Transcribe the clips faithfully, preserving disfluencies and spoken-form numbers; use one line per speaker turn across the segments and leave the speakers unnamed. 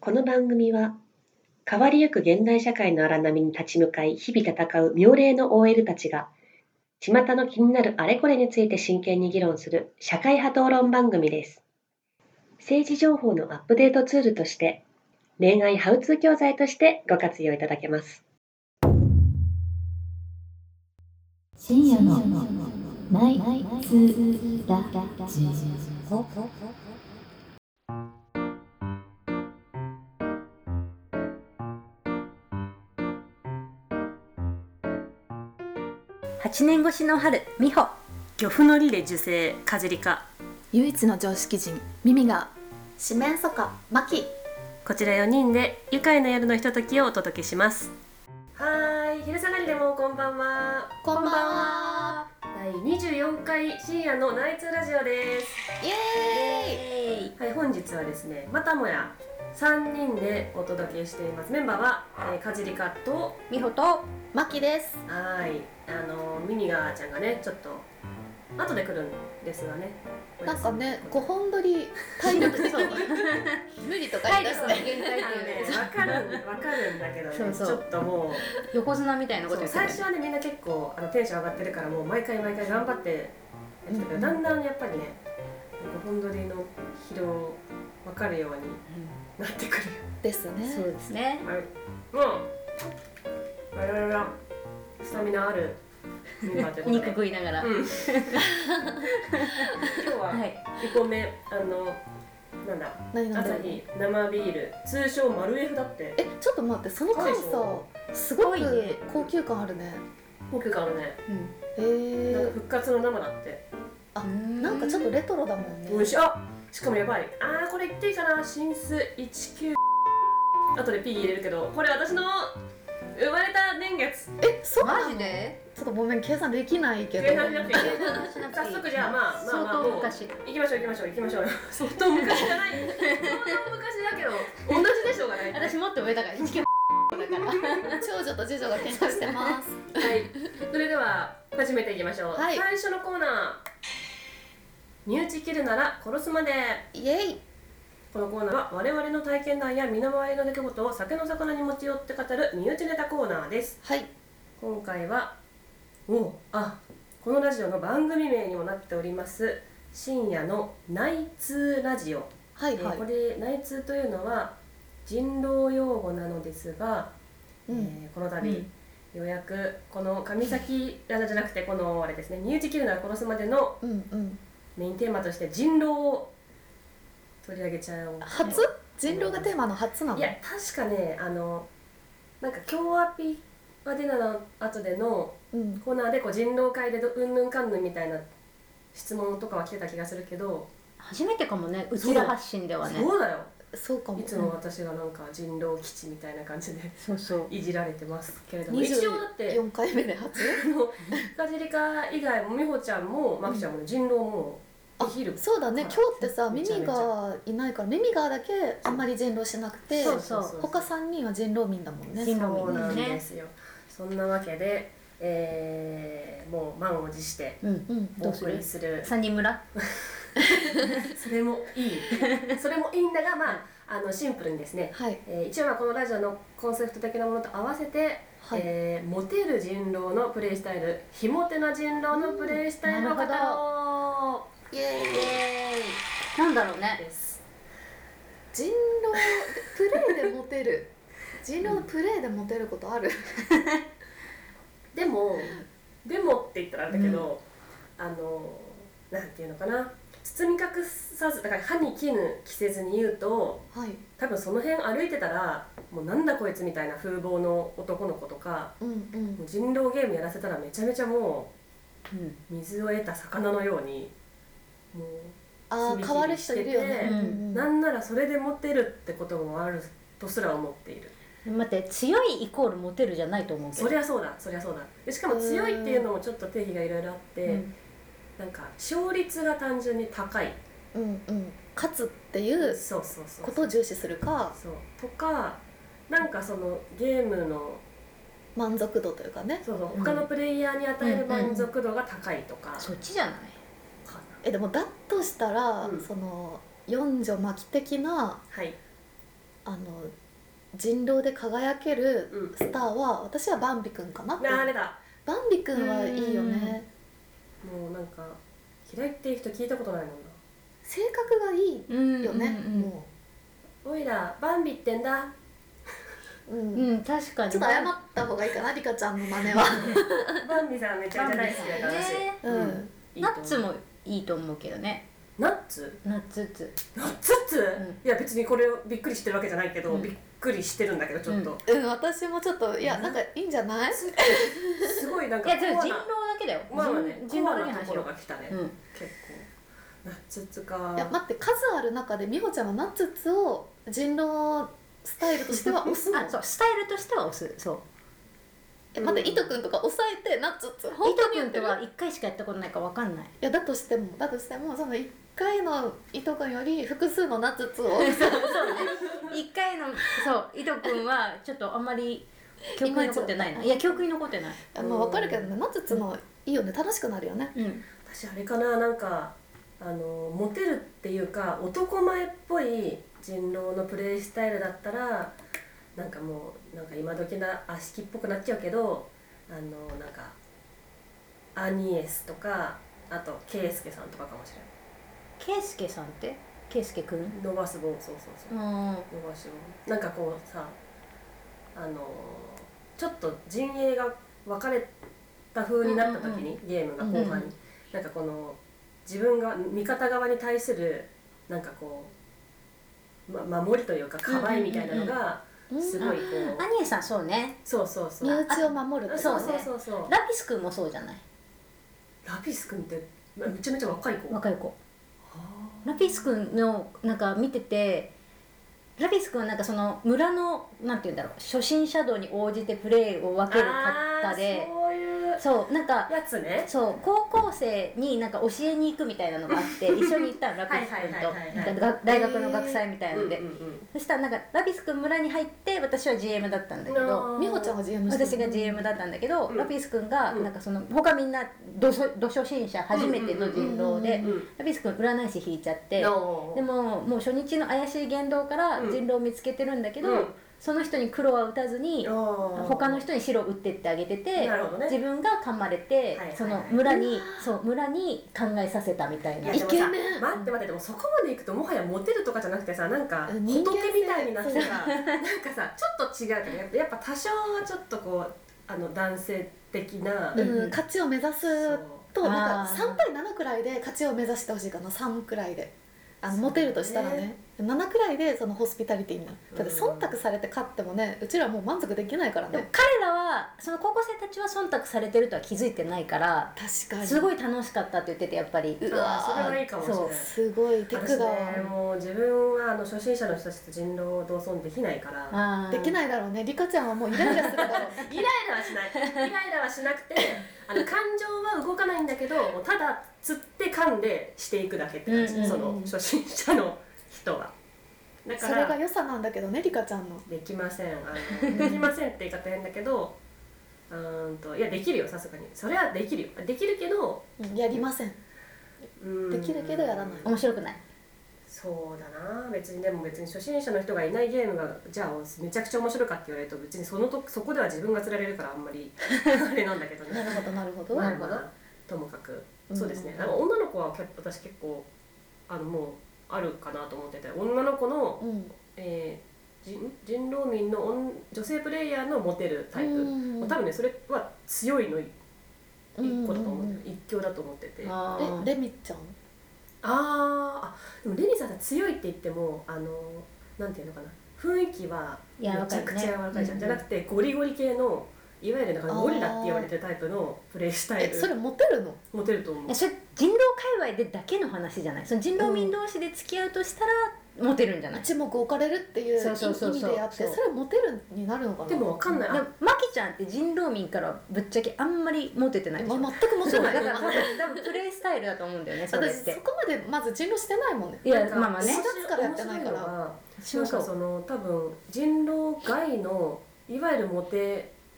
この番組は変わりゆく現代社会の荒波に立ち向かい日々戦う妙齢の オーエル たちが巷の気になるあれこれについて真剣に議論する社会派討論番組です。政治情報のアップデートツールとして恋愛ハウツー教材としてご活用いただけます。
深夜のナイツラジオ。
八年越しの春、美穂。漁夫の利で受精、かじりか。
唯一の常識人、ミミが。
四面楚歌、マキ。
こちらよにんで愉快な夜のひとときをお届けします。はーい、昼下がりでもこんばんは。
こんばんは。
だいにじゅうよんかい深夜のナイツラジオです。
イエーイ。
はい、本日はですね、またもやさんにんでお届けしています。メンバーは、えー、かじりかと
美穂とマキです。
はい、あのミニガーちゃんがね、ちょっと後で来るんですがね。
なんかね、ごほん撮り体力そう無理とか言い出して
限界っていうね、わかるわかるんだけどね、そうそう、ちょっともう
横綱みたいなこと言って
最初はね、みんな結構あのテンション上がってるからもう毎回毎回頑張ってやってたけど、うん、だんだんやっぱりね、ごほん撮りの疲労わかるようになってくる、
うん、ですね。
そうですね。はい、もう我々はスタミナある
肉食いながら、うん、今
日はいっこめ、あのなんだ何朝日生ビール通称マルエフだって。
え、ちょっと待って、その缶さすごく高級感あるね。
高級感あるね、
うん、へえ。
なんか復活の生だって。
あ、なんかちょっとレトロだもんね。
おいしい。あ、しかもやばい。あー、これ言っていいかな。新数いちきゅう後で P 入れるけど、これ私の生まれた年月。
え、そうなの？
マジで？
ちょっとごめん、計算できないけど。
計算しなくていい。早速じゃあまあまあまあもう行きましょう行きましょう行きましょう。相当昔じゃない。相当昔だけど同じでしょうがない。
私もっと上だからいちきゅうだから。長女と次女が喧嘩してます。
はい。それでは始めていきましょう。
はい、
最初のコーナー。身内切るなら殺すまで。
イエイ。
このコーナーは我々の体験談や身の回りの出来事を酒の魚に持ち寄って語る身内ネタコーナーです。
はい。
今回はおあこのラジオの番組名にもなっております深夜のナイツラジオ。
はいはい。
えー、これナイツというのは人狼用語なのですが、うん、えー、この度、うん、ようやくこの上崎ラジオじゃなくてこのあれですね、身内切るなら殺すまでのメインテーマとして人狼を取り上げちゃおう。
初？人狼がテーマの初なの？
いや確かね、あのなんか今日アピはディナの後でのコーナーでこう人狼会でうんぬんかんぬんみたいな質問とかは来てた気がするけど、
初めてかもね、うちら発信ではね。
そうだよ。
そうかも。
いつも私がなんか人狼基地みたいな感じで
そうそう
いじられてますけれども、
一応だってよんかいめで初
かじりか以外も美穂ちゃんもまきちゃんも、ね、人狼もできる。
そうだね、今日ってさミミがいないからミミがだけあんまり人狼しなくて、
そうそうそう、
他さんにんは人狼民だもんね。
人狼民なんですよ。そんなわけで、えー、もう満を持してお送りする、
うん、さんにん村
それもいいそれもいいんだが、まあ、あのシンプルにですね、はい、えー、一応はこのラジオのコンセプト的なものと合わせて、はい、えー、モテる人狼のプレイスタイル、ひもてな人狼のプレイスタイルを語ろう。イエーイイエーイ。
なんだろうね。
人狼プレイでモテる人狼のプレイでモテることある
でもでもって言ったらあれだけど、うん、あのなんていうのかな、包み隠さずだから歯に衣着せずに言うと、はい、多分その辺歩いてたらもうなんだこいつみたいな風貌の男の子とか、うんうん、もう人狼ゲームやらせたらめちゃめちゃもう、うん、水を得た魚のようにもう
あ変わる人いるよね、
うんうん、なんならそれでモテるってこともあるとすら思っている。
待って、強いイコールモテるじゃないと思うけど。
そりゃそうだそりゃそうだ。でしかも強いっていうのもちょっと定義がいろいろあって、うん、なんか勝率が単純に高い、
うんうん、勝つっていうことを重視するか、
そうとか、なんかそのゲームの
満足度というかね、
そうそう、他のプレイヤーに与える満足度が高いとか、うんうんうん、
そっちじゃない？
えでもだとしたら、うん、その四女巻的な、
はい、
あの人狼で輝けるスターは、私はバンビ君かなって。
あれだ、
バンビ君はいいよね。
もうなんか嫌いっていう人聞いたことないもんな。
性格がいいよね、
うんうんうん、
も
おいらバンビってんだ。
う、うん
うん、確かに
ちょっと謝った方がいいかな、リカちゃんの真似は。
バンビさんめちゃめちゃ大好きだから私、
ね、
うん、
いいと思う。
ナッツもいいと思うけどね。
ナッツ
ナッツツ
ナッツツ、
うん
いや別にこれをびっくりしてるわけじゃないけど、
うん
びっくりしてるんだけどちょっと、
うん、私もちょっといやなんかいいんじゃない？
すごいなんか
いやそれ人狼
コアな
だけだよ。
まあまあね、
人
コア
狼だけの話よ
なところが来たね、
うん、
結構ナッツツか。
いや待って、数ある中で美穂ちゃんはナッツツを人狼スタイルとしては押すの？
あ、そう、スタイルとしては押す。そう。
え待って、イトくんとか抑えてナッツツ本
伊藤
当に言ってる？
君とはいっかいしかやったことないからわかんない。
いやだとしてもだとしてもそのいっかいの伊藤くんより複数のナッツツを
そうね。いっかいのそう伊藤君はちょっとあんまり記憶に残ってないな。いや記憶に残ってない。
あまあ分かるけどね、ナッツツのいいよね、楽しくなるよね。
うん。
私あれかな、なんかあのモテるっていうか男前っぽい人狼のプレイスタイルだったらなんかもうなんか今時な悪しきっぽくなっちゃうけど、あのなんかアニエスとかあとケイスケさんとかかもしれない。
ケイスケさんってケイスケくん？
伸ばす棒、そうそうそう、
うん。
伸ばし棒、なんかこうさ、あのちょっと陣営が分かれた風になった時に、ゲームが後半に、なんかこの自分が味方側に対するなんかこう、ま、守りというかかばいみたいなのがすごいこう、
アニエさんそうね。
そうそうそう、
身内を守るって
そう
ことね。
そうそうそう、
ラピスくんもそうじゃない？
ラピス君ってめちゃめちゃ若い子。
若い子。
は
ラピスくんのなんか見てて、ラピスくんはなんかその村のなんていうんだろう、初心者度に応じてプレーを分ける方で、
あーそういう
そうなんか。
やつね。
そう高校生になんか教えに行くみたいなのがあって一緒に行ったのラピス君
はいはいはいはいはい
となんかが大学の学祭みたいなので、
うんうんうん
そしたらなんかラピス君村に入って私は ジーエム だったんだけど、
美穂ちゃんが ジーエム してる
私が ジーエム だったんだけど、
うん
ラピス君が
うん
なんかその他みんなど初ど初心者初めての人狼で
うんうん
ラピス君占い師引いちゃって、
の
でももう初日の怪しい言動から
うん
人狼を見つけてるんだけど、
うん
その人に黒は打たずに他
他
の人に白を打ってってあげてて、
なるほどね、
自分が噛まれて、
はいはいはい
その村にそう村に考えさせたみたいな。
いやでもさ
イケメン
待って待って、でもそこまでいくともはやモテるとかじゃなくてさ、なんか仏
人間性
みたいになってさ、なんかさちょっと違うけどやっぱやっぱ多少はちょっとこうあの男性的な、
うん
うん
勝ちを目指す
そう
となん
あー
かさん対ななくらいで勝ちを目指してほしいかな。さんくらいであのモテるとしたらねななくらいでそのホスピタリティになる。だって忖度されて勝ってもね、うちらはもう満足できないから
でも
ね。
彼らはその高校生たちは忖度されてるとは気づいてないから
確かに
すごい楽しかったって言ってて、やっぱり
うわ
あーそれはいいかもしれない。
すごいテク
私
が、
ねもう自分はあの初心者の人たちと人狼を同村できないから
あー
できないだろうね。リカちゃんはもうイライラするだろう
イライラはしないイライラはしなくてあの感情は動かないんだけどもうただ釣って噛んでしていくだけって感じ、
うんうんうん
その初心者の人はだか
それが
ら
良さなんだけどね、リカちゃんの。
できません、あのできませんって言い方変だけどうーんといやできるよ、さすがにそれはできるよ、できるけど
うんやりません。
うーん
できるけどやらない。
面白くない。
そうだな、別にでも別に初心者の人がいないゲームがじゃあめちゃくちゃ面白いかって言われると別にそのとそこでは自分が釣られるからあんまりあれなんだけどね
なるほどなるほど。
まあまあともかく
うん
そうですね、あの女の子は結私結構あのもうあるかなと思ってて、女の子の、
うん。
えー、人人狼民の女女性プレイヤーのモテるタイプ、
うん
もう多分ねそれは強いの一
うん
個だと思ってる、一強だと思ってて、あ
あ
えレミちゃん。
あーあでもレニさんさ強いって言ってもあのなんていうのかな、雰囲気はめ
柔らかいね
ちゃくちゃ柔らかいじゃん、
うん
じゃなくてゴリゴリ系のいわゆるなんかゴリラって言われてるタイプのプレイスタイル
えそれモテるの？
モテると思う
えそれ人狼界隈でだけの話じゃない。その人狼民同士で付き合うとしたらモテるんじゃない。
一目置かれるっていう
そうそうそうそう
意味であって、
そう
それモテるになるのかな。
でもわかんない、
で
あ
もマキちゃんって人狼民からぶっちゃけあんまりモテてないでしょ。
ま、全くモテない。
そうだから多分多分プレイスタイルだと思うんだよねそれって
私そ。こまでまず人狼してないもんね。
いや
なんか
まあまあね
面白
しがつからやってないから
面白いのは
私もそう
なんかその多分人狼外のいわゆるモテ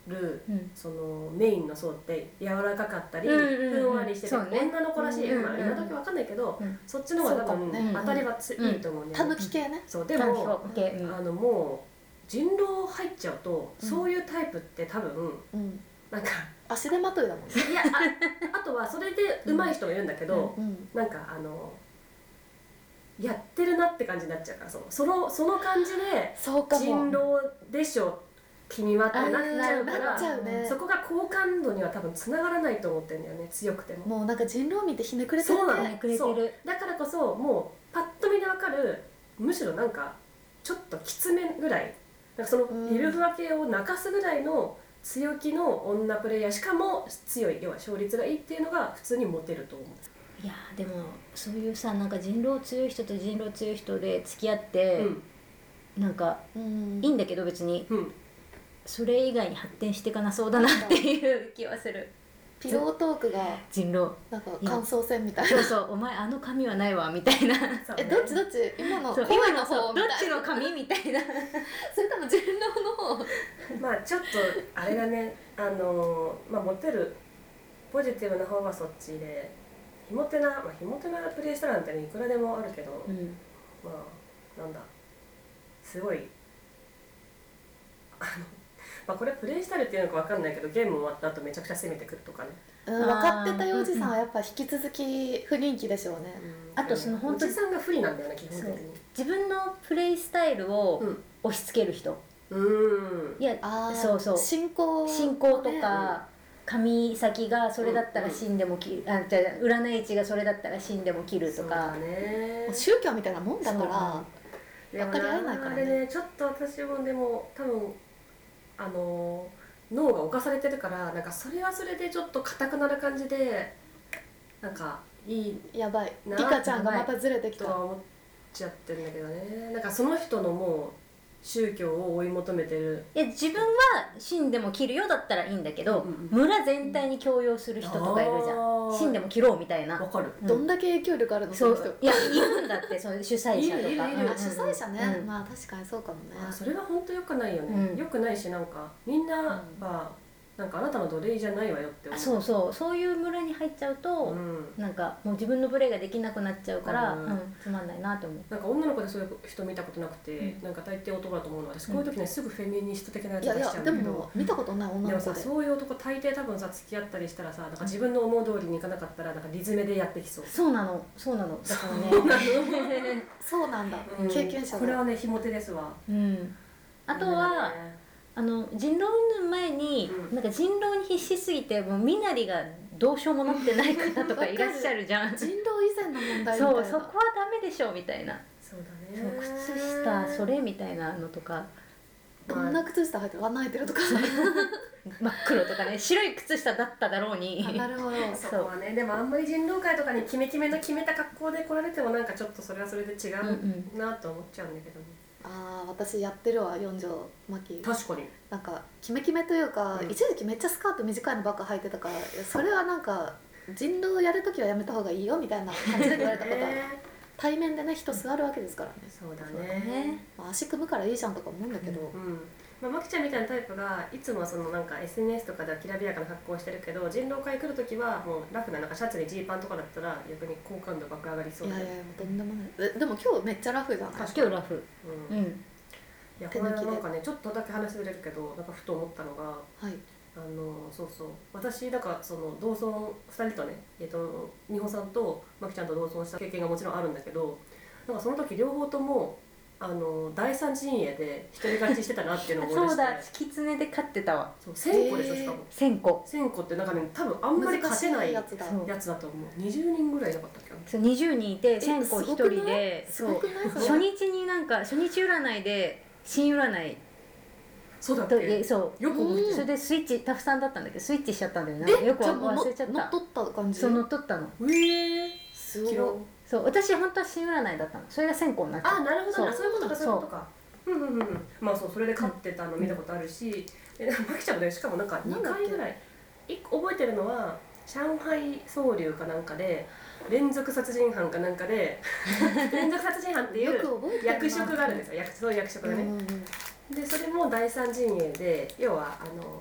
る、
うん、
そのメインの層って柔らかかったり、
うんうんうん、
ふんわりしてて、
ね、
女の子らしい、
うんうん、
まあ、今時わかんないけど、
うん、
そっちの方が多分、
ね、
当たりはつ、うん、いいと思うんだよね。
たぬき系ね。
そうでも、
うん、
あのもう人狼入っちゃうと、うん、そういうタイプって多分、うん、なんか
足手まといだもんね。
いや あ, あとはそれで上手い人もいるんだけど、
うんうん、
なんかあのやってるなって感じになっちゃうから、そのそのその感じで人狼でしょ君はってなっちゃうから、ね、そこが好感度には多分つながらないと思ってるんだよね、強くても。
もうなんか人狼見てひねくれてるね。
そうなの、そうだからこそもうパッと見でわかる、むしろなんかちょっときつめぐらい、なんかそのイルフワ系を泣かすぐらいの強気の女プレイヤー、しかも強い、要は勝率がいいっていうのが普通にモテると思う。
いやでもそういうさ、なんか人狼強い人と人狼強い人で付き合って、うん、なんかいいんだけど別に、うん、それ以外に発展していかなそうだなっていう気はする。
ピロートークが
人狼
なんか感想戦みたいな。
そうそう、お前あの髪はないわみたいな。
え、どっちどっち、今の
声の方どっちの髪みたいな。
それとも人狼の方。
まあちょっとあれがね、あのまあモテるポジティブな方はそっちで、ひも手な、まあ、ひも手なプレイスタイルなんて、ね、いくらでもあるけど、うん、まあなんだすごいあのまあこれプレイスタイルっていうのか分かんないけど、ゲーム終わった後めちゃくちゃ攻めてくるとかね、
うん、分かってたよおじさんはやっぱ引き続き不人気でしょうね、
うん、あとその本当
おじさんが不利なんだよね基本的に。
自分のプレイスタイルを押し付ける人、うん、いやそうそう
進行
進行とか、髪先がそれだったら死んでも切る、うん、あじゃ占い値がそれだったら死んでも切るとか、
ね、宗教みたいなもんだから分かり合えないからね。
ね、ちょっと私もでも多分あの脳が侵されてるから、なんかそれはそれでちょっと硬くなる感じで、なんかいい
やばいリカちゃんがまたずれてきた
とは思っちゃってるんだけどね。なんかその人のもう宗教を追い求めてる。
いや自分は死んでも切るよだったらいいんだけど、うんうん、村全体に強要する人とかいるじゃん、うん、死んでも切ろうみたいな。
わかる、
うん、どんだけ影響力あるの
その人。いやいるんだってそういう主催者とか。
いるいるいる、主催者ね、うん、まあ確かにそうかもね。
あそれは本当良くないよね、うん、良くないし、なんかみんなは、なんかあなたの奴隷じゃないわよって思う。
そうそう、そういう村に入っちゃうと、うん、なんかもう自分のプレーができなくなっちゃうから、うんうん、つまんないなって思う。
なんか女の子でそういう人見たことなくて、うん、なんか大抵男だと思うのは、私こういう時ねすぐフェミニスト的なやつがしちゃうんだけど、
いやいやでも見たことない女の子で。
でもさ、そういう男大抵多分さ付き合ったりしたらさ、なんか自分の思う通りにいかなかったらなんかリズメでやってきそう。
そうなのそうなのだからね。
そうなんだ、うん、経験者だ。
これはねひも手ですわ。
うん。あとは、あの人狼の前に、うん、なんか人狼に必死すぎてもう身なりがどうしようもなってない方とかいらっしゃるじゃん。
人狼以前の問題みたいな。
そう、そこはダメでしょみたいな。
そうだね。
そう靴下それみたいなのとか。
どんな靴下履いてる、穴開いてるとか。
真っ黒とかね、白い靴下だっただろうに。
なるほど。
そこはね、でもあんまり人狼会とかにキメキメの決めた格好で来られてもなんかちょっとそれはそれで違うなと思っちゃうんだけどね。
ああ、私やってるわ、四条巻。
確かに。
なんかキメキメというか、うん、一時期めっちゃスカート短いのばっか履いてたから、それはなんか人狼やるときはやめた方がいいよみたいな感じで言われたことある。対面でね、人座るわけですからね。
そうだね。
まあ、足組むからいいじゃんとか思うんだけど。
うんうん、まあ、マキちゃんみたいなタイプがいつもはそのなんか エスエヌエス とかではきらびやかな格好をしてるけど、人狼会来るときはもうラフななんかシャツにジーパンとかだったら逆に好感度爆上がりそうだ、ね。
いやいや、とんでもない。え、でも今日めっちゃラフじゃない。
今日ラフ。うん。うん、
いや、この間なんかね、ちょっとだけ話ずれるけど、なんかふと思ったのが、はい、あのそうそう、私だからその同窓ふたりとね、えっと美穂さんとマキちゃんと同窓した経験がもちろんあるんだけど、なんかその時両方ともあの第三陣営で一人勝ちしてたなっていうのを思い出して。
そうだ、狐で勝ってたわ。
そう、千個でしょ、しかも。
千個。
千個ってなんかね、多分あんまり勝てないやつだと思う。二十人ぐらいいなかったっけ。
そう、二十人いて千個一人で、
そう。
初日になんか初日占いで新占い。
そうだっけ。
そう。
よく覚えてる。
それでスイッチタフさんだったんだけど、スイッチしちゃったんだよね。よく忘れちゃった。
乗っ取った感じ。
そう、乗っ取ったの。
ええ、すごい。
そう、私本当は新占いだったの。それが千個になっちゃった。
あ、なるほど、そういうことか、そういうことか。うんうんうん。まあそう、それで勝ってたの見たことあるし、え、マキちゃんもね、しかもなんかにかいぐらい。一個覚えてるのは上海総流かなんかで連続殺人犯かなんかで連続殺人犯っていう役職があるんですよ。役そういう役職がね。でそれも第三陣営で、要はあの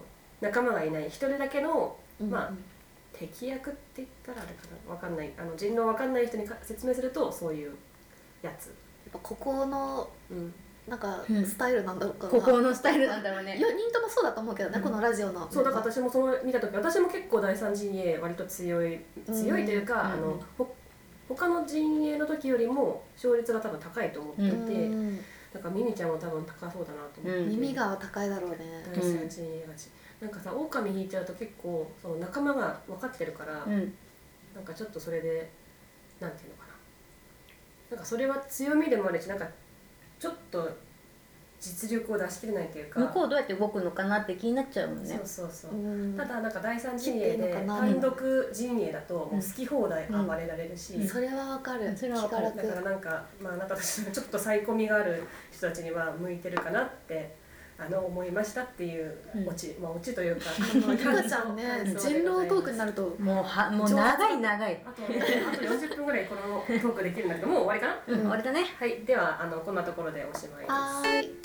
仲間がいない一人だけの、
うん、
まあ敵役って言ったらあれかな、わかんない、あの人狼わかんない人にか説明するとそういうやつ。
やっぱここの
うん
なんか
うん
スタイルなんだろうかな、
ここのスタイルなんだろうね。
よにんともそうだと思うけどね、
うん
このラジオの
そうだから私もその見た時、私も結構第三陣営割と強い強いというか、
うん
あのほ他の陣営の時よりも勝率が多分高いと思っていて、
うん
なんかミミちゃんも多分高そうだなと思って、
うん
耳が高いだろうね、
第三陣営がち、なんかさ狼引いちゃうと結構その仲間が分かってるから、
うん
なんかちょっとそれでなんていうのかな、なんかそれは強みでもあるし、なんかちょっと実力を出し切れないというか、
向こうどうやって動くのかなって気になっちゃうもんね。
そうそうそう、
うん
ただなんか第三陣営で
切っていいのかな
単独陣営だともう好き放題暴れられるし、
それはわかる、
それはわかる
気が楽
だからなんかまあなんか私ちょっとサイコミがある人たちには向いてるかなってあの思いましたっていうオチ、まあオチというか、
ゆかちゃんね人狼トークになると
もうはもう長い長い。
あとあとよんじゅっぷんぐらいこのトークできるんだけど、もう終わりかな。
うん、終わりだね。
はい、ではあのこんなところでおしまいです。
はーい。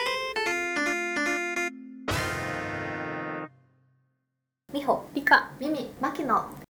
みほ、
リカ、ミミ、マキの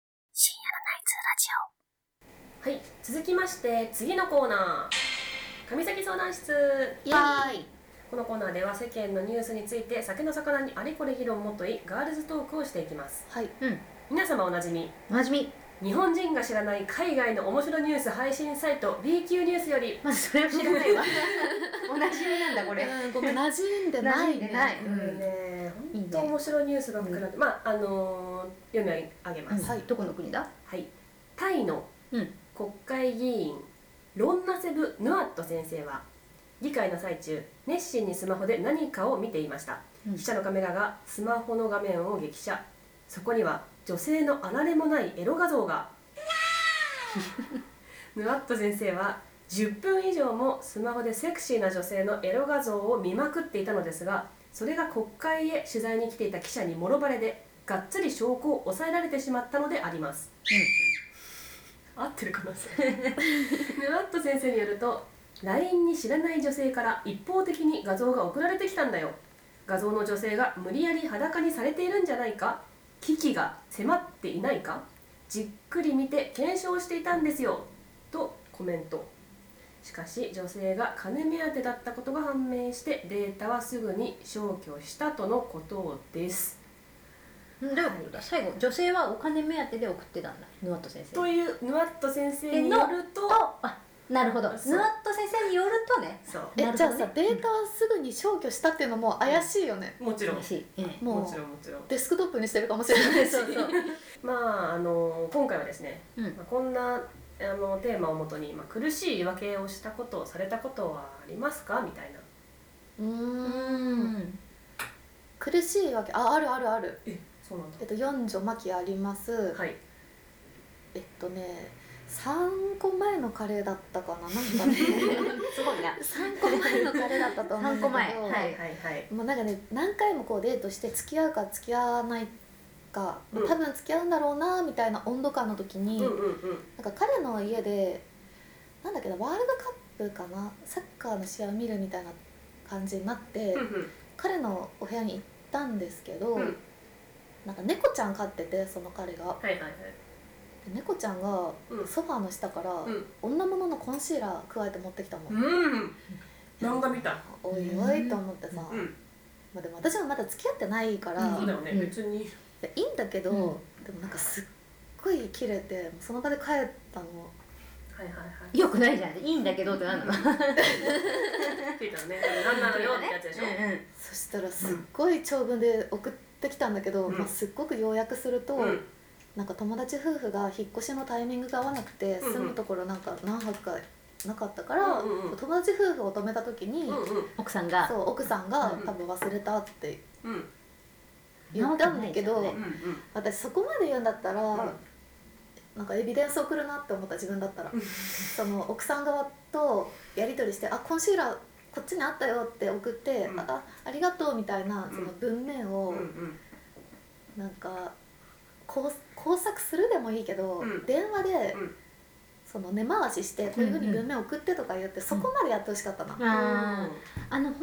はい、続きまして次のコーナー、上崎相談室。
イエーイ。
このコーナーでは世間のニュースについて酒の魚にあれこれ議論もといガールズトークをしていきます。
はい。
うん、
皆様おなじみ、
おなじみ。
日本人が知らない海外の面白ニュース配信サイト ビーキュー ニュースより、
まずそれを知らないわ。おなじみなんだこれ。
うん、ごめん、馴染んでないね。
馴染んでない
これね、
いいね
本当面白いニュースばっかりなんで、まああのー読み上げます。
はい、どこの国だ？
はい、タイの
うん、
国会議員ロンナセブ・ヌアット先生は議会の最中、熱心にスマホで何かを見ていました。
うん
記者のカメラがスマホの画面を激写。そこには女性のあられもないエロ画像が。ヌアット先生はじゅっぷん以上もスマホでセクシーな女性のエロ画像を見まくっていたのですが、それが国会へ取材に来ていた記者にもろバレでがっつり証拠を抑えられてしまったのであります。合ってるかなヌアット先生によると、 ライン に知らない女性から一方的に画像が送られてきたんだよ。画像の女性が無理やり裸にされているんじゃないか、危機が迫っていないか、じっくり見て検証していたんですよとコメント。しかし女性が金目当てだったことが判明してデータはすぐに消去したとのことです。
どういうことだ、最後女性はお金目当てで送ってたんだ、ヌアット先生
というヌアット先生によると、
あ、なるほど、ヌアッ
そう
ト先生によるとね。
そう
え、
なるほどね
じゃあさ、データはすぐに消去したっていうのも怪しいよね。
もちろん
嬉しい、ええ
も
もちろんもちろん
うデスクトップにしてるかもしれないし。
そうそう
まああの今回はですね、
うん
まあ、こんなあのテーマをもとに、まあ、苦しい言い訳をしたことをされたことはありますかみたいな。
うー。
うんん
苦しいわけ、あ、あるあるある。
え、そうなんだ
えっと四女マキあります。
はい。
えっとね、三個前のカレーだったかな、なんかね。
すごいな。
三個前のカレーだったと思うんだけど。
三個前はい
はいはいはい。
もうなんかね、何回もこうデートして付き合うか付き合わないか、
うん
多分付き合うんだろうなみたいな温度感の時に、
うんうんうん。
なんか彼の家でなんだっけな、ワールドカップかな、サッカーの試合を見るみたいな感じになって、
うんうん
彼のお部屋に行ったんですけど、
うん
なんか猫ちゃん飼ってて、その彼が
はいはいはい。
で猫ちゃんが
うん
ソファーの下から、
うん
女物のコンシーラー加えて持ってきたの、
うん。漫画見た。
おいおいと思ってさ、
うん。
まあ、でも私はまだ付き合ってないから、
そうだよね、
うん
別に。
でいいんだけど、
うん
でもなんかすっごい切れて、もうその場で帰ったの。
はいはいはい。
よくないじゃん、いいんだけどってなんだ。
聞いたのね。なんなのよってやつでしょ。
うんうん
そしたらすっごい長文で送ってきたんだけど、
うん
まあ、すっごく要約すると、
うん
なんか友達夫婦が引っ越しのタイミングが合わなくて、
うんうん
住むところなんか何泊かなかったから、
うんうんうん
友達夫婦を止めた時に、
うんうん
奥さんが
そう奥さんが
うん
多分忘れたって
うん
言ったんだけど、
そんなわ
うんうん
私そこまで言うんだったら、
うん
なんかエビデンス送るなって思った自分だったらその奥さん側とやり取りして「あ、コンシーラーこっちにあったよ」って送って「
うん
あありがとう」みたいなその文面を
うんうん
なんか工工作するでもいいけど、
うん
電話で
うん
その根回ししてこういうふうに文面送ってとか言って、そこまでやってほしかったな、
あーあの本当に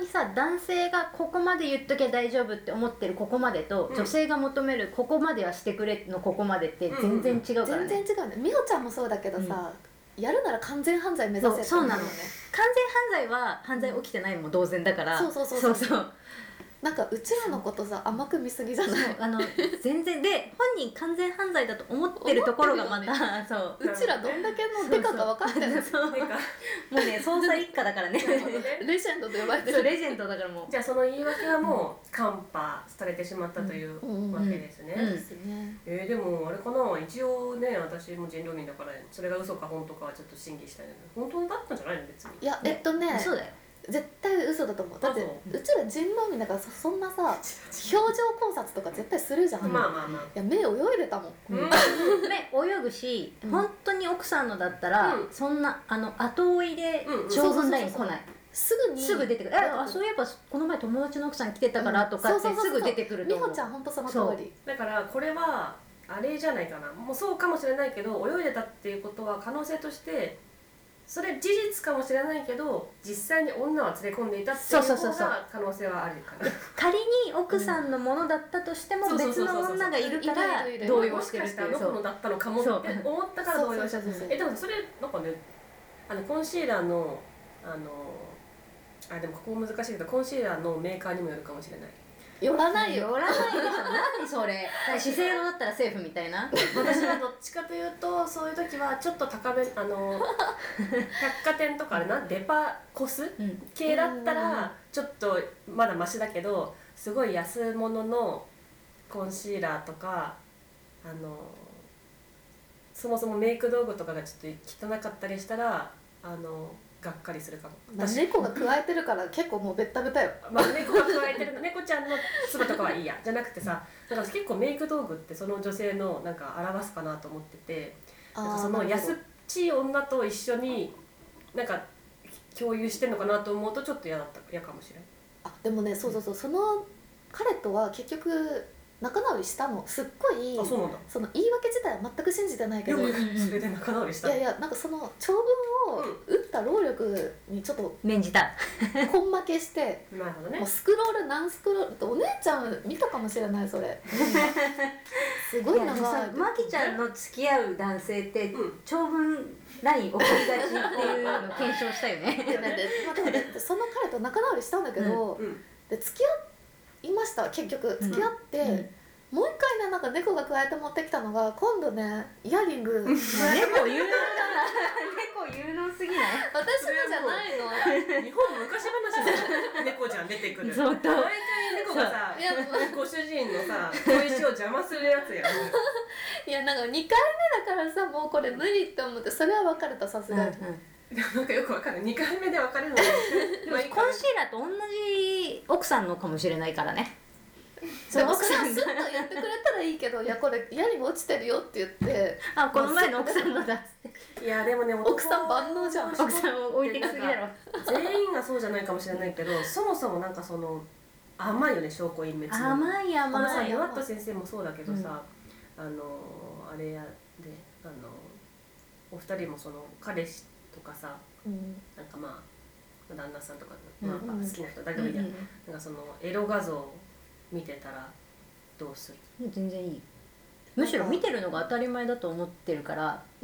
さ男性がここまで言っときゃ大丈夫って思ってるここまでと、うん、女性が求めるここまではしてくれのここまでって全然違うからね、うん、
全然違うね。みほちゃんもそうだけどさ、うん、やるなら完全犯罪目指せって
そうなのね。完全犯罪は犯罪起きてないのも同然だから、
うん、そうそうそうそうそうなんかうちらのことさ甘く見すぎじゃない？
あの全然で本人完全犯罪だと思ってるところがまた、
ね、そううちらどんだけのデカか分かってる
そうそうもうね捜査一課だからね
レジェンドと呼ばれてる。
レジェンドだからもう
じゃあその言い訳はもうカンパされてしまったというわけですね。えー、でもあれかな、一応ね私も人狼民だからそれが嘘か本当かはちょっと審議したいんだけど本当だったんじゃないの別に。
いやえっとね
そうだよ
絶対嘘だと思う。だってうちら人狼民だから そ, そんなさ表情考察とか絶対するじゃん。
まあまあまあ。
いや目泳いでたもん。
うん、目泳ぐし、うん、本当に奥さんのだったら、うん、そんなあの後追いで長文ライン来ない。
すぐに
すぐ出てくる。あそういえばこの前友達の奥さん来てたからとかってすぐ出てくると思う。
美穂ちゃん本当その通り。
だからこれはあれじゃないかな。もうそうかもしれないけど泳いでたっていうことは可能性として。それ事実かもしれないけど実際に女は連れ込んでいたっていう方が可能性はあるかな。
仮に奥さんのものだったとしても別の女がいるから動揺してるっていう。
もしかしたらあの子のだったのかもって思ったから動揺した。えでもそれなんかねあのコンシーラーのあのあでもここ難しいけどコンシーラーのメーカーにもよるかもしれない。
寄らないよ。
寄らないでしょ。何それ。資生堂だったらセーフみたいな。
私はどっちかというとそういう時はちょっと高めあの百貨店とかあれなデパコス、うん、系だったらちょっとまだマシだけどすごい安物のコンシーラーとかあのそもそもメイク道具とかがちょっと汚かったりしたらあのがっかりするかも。
まあ、猫が加えてるから結構もうベッタベタよ。
まあ猫が加えてる猫ちゃんの唾とかはいいやじゃなくてさ、だから結構メイク道具ってその女性のなんか表すかなと思ってて、なんかその安っちい女と一緒になんか共有してんのかなと思うとちょっと嫌だった嫌かもしれない。
あでもねそうそうそうその彼とは結局仲直りしたの。すっごい
あそうなんだ。
その言い訳自体は全く信じてないけど、
それで仲直りした。
いやいやなんかその長文を打った労力にちょっと
免じた
根負けして
なるほどね。
もうスクロール何スクロールってお姉ちゃん見たかもしれないそれすごい長い。
マキちゃんの付き合う男性って長文ライン送りがちっていうのを検証したよね
でねで、まあ、でもねその彼と仲直りしたんだけど、うんうん、で付き合いました結局付き合って、うんうんもう一回ねなんか猫が加えて持ってきたのが今度ねイヤリング
猫有能だな猫有能すぎない
私のじゃないの
日本の昔話の猫ちゃん出てくる
そう
毎回猫がさご主人のさ小石を邪魔するやつや
いやなんかにかいめだからさもうこれ無理って思ってそれは別れたさすがに、うんうん
なんかよくわかるにかいめで別れるの
でもコンシーラーと同じ奥さんのかもしれないからね
その奥さんがスッと言ってくれたらいいけどいやこれ嫌にも落ちてるよって言って
あこの前の奥さんのだっつって
いやでもね
奥さん万能じゃん
奥さんを置いてきすぎだろ
全員がそうじゃないかもしれないけどそもそもなんかその甘いよね証拠隠滅の
甘い甘い
さヨワット先生もそうだけどさ、うん、あのあれやであのお二人もその彼氏とかさ、うん、なんかまあ旦那さんとか、まあ、好きな人誰でもいいや、うんうん、なんかそのエロ画像見てたらどうする？
全然いい。むしろ見てるのが当たり前だと思ってるから、
うん、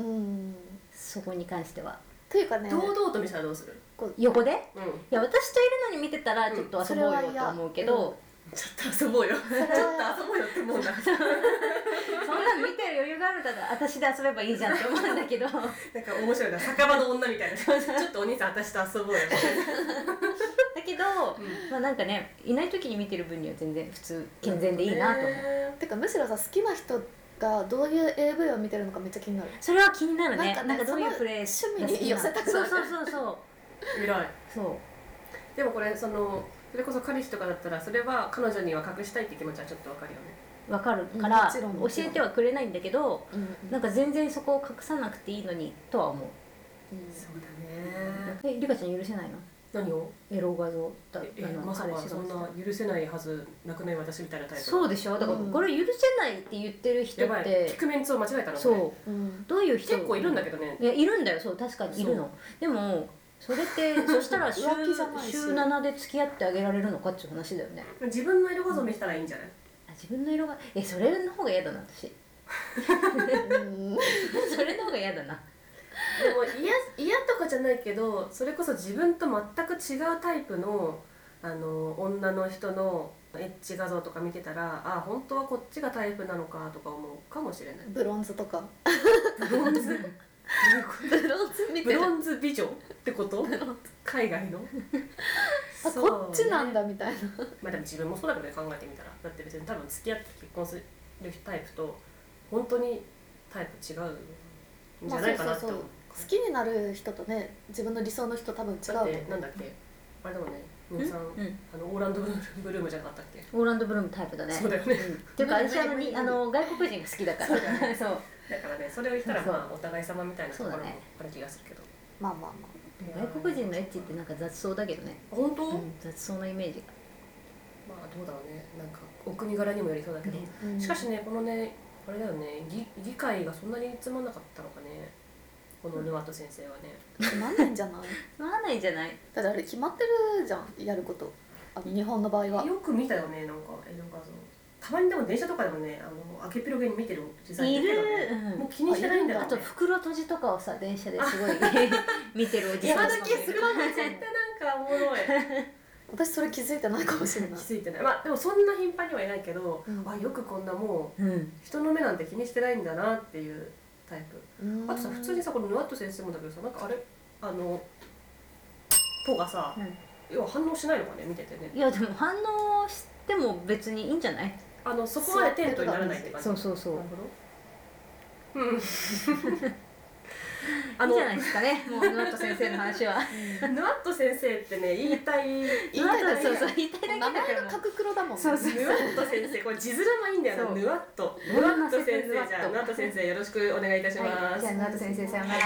そこに関しては。
というかね、
堂々と見せたらどうする？
横で？うん、い
や
私といるのに見てたらちょっと遊ぼうよと思うけど、
うん、ちょっと遊ぼうよ。ちょっと遊ぼうよって思うんだ。
そんなの見てる余裕があるんだったら私で遊べばいいじゃんって思うんだけど。なんか
面白いな酒場の女みたいな。ちょっとお兄さん私と遊ぼうよ。
だけど、うん、まあなんかねいない時に見てる分には全然普通健全でいいなと思う。
てかむしろさ好きな人がどういう エーブイ を見てるのかめっちゃ気になる。
それは気になるね。
なんかね、
なんかどういうプレイ
趣味に寄せたくなる。
そうそうそうそう
偉い。
そう
でもこれそのそれこそ彼氏とかだったらそれは彼女には隠したいって気持ちはちょっとわかるよね。
わかるから教えてはくれないんだけど、うんうん、なんか全然そこを隠さなくていいのにとは思う。
うん、そうだね。
えリカちゃん許せないの？
何を？
エロ画像だ
ええまさかそんな許せないはずなくない私みたいなタイプ。
そうでしょ。だからこれ許せないって言ってる人って、
うん、聞くメンツを間違えたの。
そう、うん、どういう人
結構いるんだけどね。
いやいるんだよ。そう確かにいるの、うん、でもそれってそしたら週
浮気じゃないし
週ななで付き合ってあげられるのかっていう話だよね。
自分の色画像見せたらいいんじゃない？
あ、自分の色がえそれの方が嫌だな私
うん
それの方が嫌だな。
でも嫌嫌とかじゃないけど、それこそ自分と全く違うタイプのあの女の人のエッチ画像とか見てたら、あ本当はこっちがタイプなのかとか思うかもしれない。
ブロンズとか
ブロンズ
ブロンズ見てる
ブロンズ美女ってこと海外の
あこっちなんだみたいな。
まあでも自分もそうだけどね、考えてみたら。だって別に多分付き合って結婚するタイプと本当にタイプ違うんじゃないかなって思う。
まあそうそうそう好きになる人とね、自分の理想の人多分違う
だっ
と思う。
てなんだっけあれでもね、皆さん、
うん
あのオーランドブルブルームじゃなかったっけ？
オーランドブルームタイプだね。
そうだよね。
うんっていうか私あのにあの外国人が好きだから
そうだよね
そう
だからね、それを言ったら
そう
まあお互い様みたいなところも
そうだね
ある気がするけど。
まあまあま
外国人のエッチってなんか雑草だけどね、
本当？
うん、雑草のイメージが
まあどうだろうね。なんかお国柄にもよりそうだけど。
ね
あ、うん
しかしね、このね、あれだよね、議議会がそんなにつまんなかったのかね。このヌワト先生はね。
つまんないんじゃない？
つまらないんじゃない。
だってあれ決まってるじゃん、やること。あの日本の場合は。
よく見たよね、なんか映像画像。たまにでも電車とかでもね、あの開けっぴろげに見てるおじさんいるけどね、
うん
もう気にしてないんだよね。
あと袋閉じとかをさ電車ですごい見てるおじさんとかもいる
今時すごい絶対なんかおもろい。
私それ気づいてないかもしれ
気
ない。
づいてない。まあでもそんな頻繁にはいないけど、
うん
あよくこんなもう
うん
人の目なんて気にしてないんだなっていうタイプ。
うん
あとさ、普通にさ、このヌワット先生もだけどさ、なんかあれあのポがさ、
うん
要は反応しないのかね、見ててね。
いやでも反応しても別にいいんじゃない。
あのそこまでテントにならないって感じ。
そうそうそう
なるほど。うん。あの
いいじゃないですかねもうヌワット先生の話は
ヌワット先生ってね、言いたい
言いたい
ヌワット
だけ
そうそう言いたいだけ
名
だからもう
前が角黒だもんね。
そうそう
ヌワット先生、これ字面もいいんだよ
そう
ね。ヌワット。
ヌワット
ヌワット先生
ヌワット
じゃあ、ヌワット先生よろしくお願いいたします。
はいじゃあヌワット先生さようなら。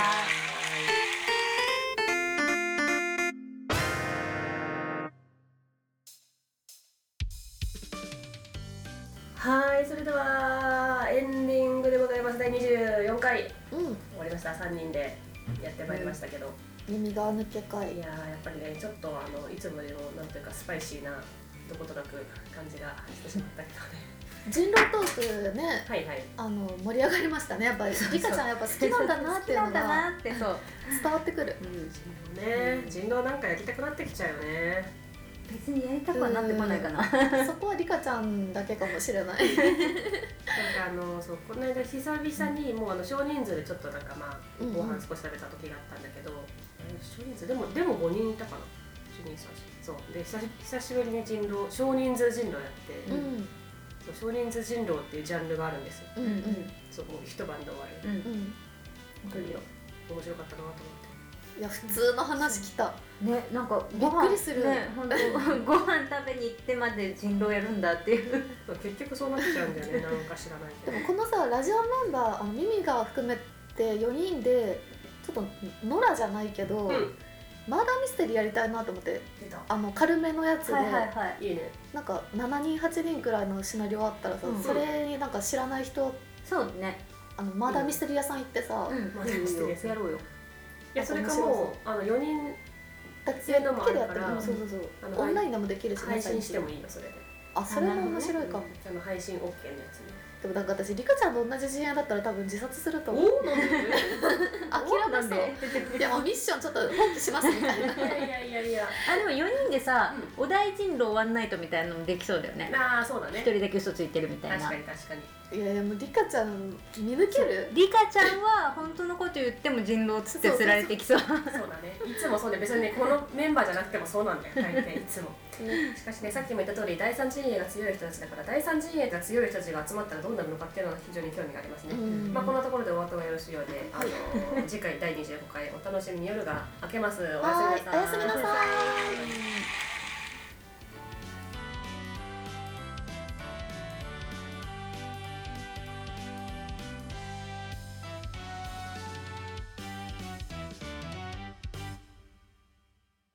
はい、それではエンディングでございます。だいにじゅうよんかい
うん。
終わりました。さんにんでやってまいりましたけど、
耳が抜けかい。
いやーやっぱりね、ちょっとあのいつもよりもなんていうかスパイシーなどことなく感じがしてしまったけどね。
人狼トークね、
はいはい。
あの盛り上がりましたね。やっぱりリカちゃんやっぱ好きなんだなっていうの
好きなんだ
が
なってそう
伝わってくる。
ね、人狼なんかやりたくなってきちゃうよね。
別にやりたくはなってこないかな
そこはリカちゃんだけかもしれない。
なんかあのそうこの間久々にもうあの少人数でちょっとなんかまあ
うんうん
ご飯少し食べた時があったんだけど、少人数でもでもごにんいたかな。いちにさんそうで久し久しぶりに人狼少人数人狼やって、
うん
そう少人数人狼っていうジャンルがあるんですよ。
うんうん
そうもう一晩で終わる。
うん
うん。
本当に面白かったなと思って。
いや普通の話来た。
ね、なんか
びっくりする
ね、本当ご飯食べに行ってまで人狼やるんだっていう
そう結局そうなっちゃうんだよね。なんか知らないけど。
でもこのさラジオメンバーあのミミが含めてよにんでちょっとノラじゃないけど、
うん
マーダーミステリーやりたいなと思って
出た。
あの軽めのやつで、
はい
いいね。
なんかしちにんはちにんくらいのシナリオあったらさ、
うん
それになんか知らない人
そうね
あのマーダーミステリー屋さん行ってさ、
うん
マーダーミステリー屋さん
やろうよ
いやそれかもうあのよにん
だけ
そういうのもある
でやって
から
もそうそうそう
あの
オンラインでもできるしね
配信しても
最近
いいのそれで。
あそれも面白いかも、
あの配信 OK のやつね。
でもなんか私リカちゃんと同じ陣営だったら多分自殺すると思う。
おおなんで？
諦めそういやもうミッションちょっと放棄しますみたいな。
いやいやいやいや。
あでもよにんでさお題人狼ワンナイトみたいなのもできそうだよね
ああそうだね。
一人だけ嘘ついてるみたい
確
な
かに確かに。
いやいやもうリカちゃん見抜ける。
リカちゃんは本当のこと言っても人狼つって釣られてきそう
そうだね。いつもそうね。別にねこのメンバーじゃなくてもそうなんだよ。大体いつも。しかしねさっきも言った通り第三陣営が強い人たちだから第三陣営が強い人たちが集まったらどうなるのかっていうのが非常に興味がありますね。
うん
まあこんなところでお後がよろしいようで、あの次回だいにじゅうごかいお楽しみに夜が明けます。おやすみなさい。
はいおやすみなさい。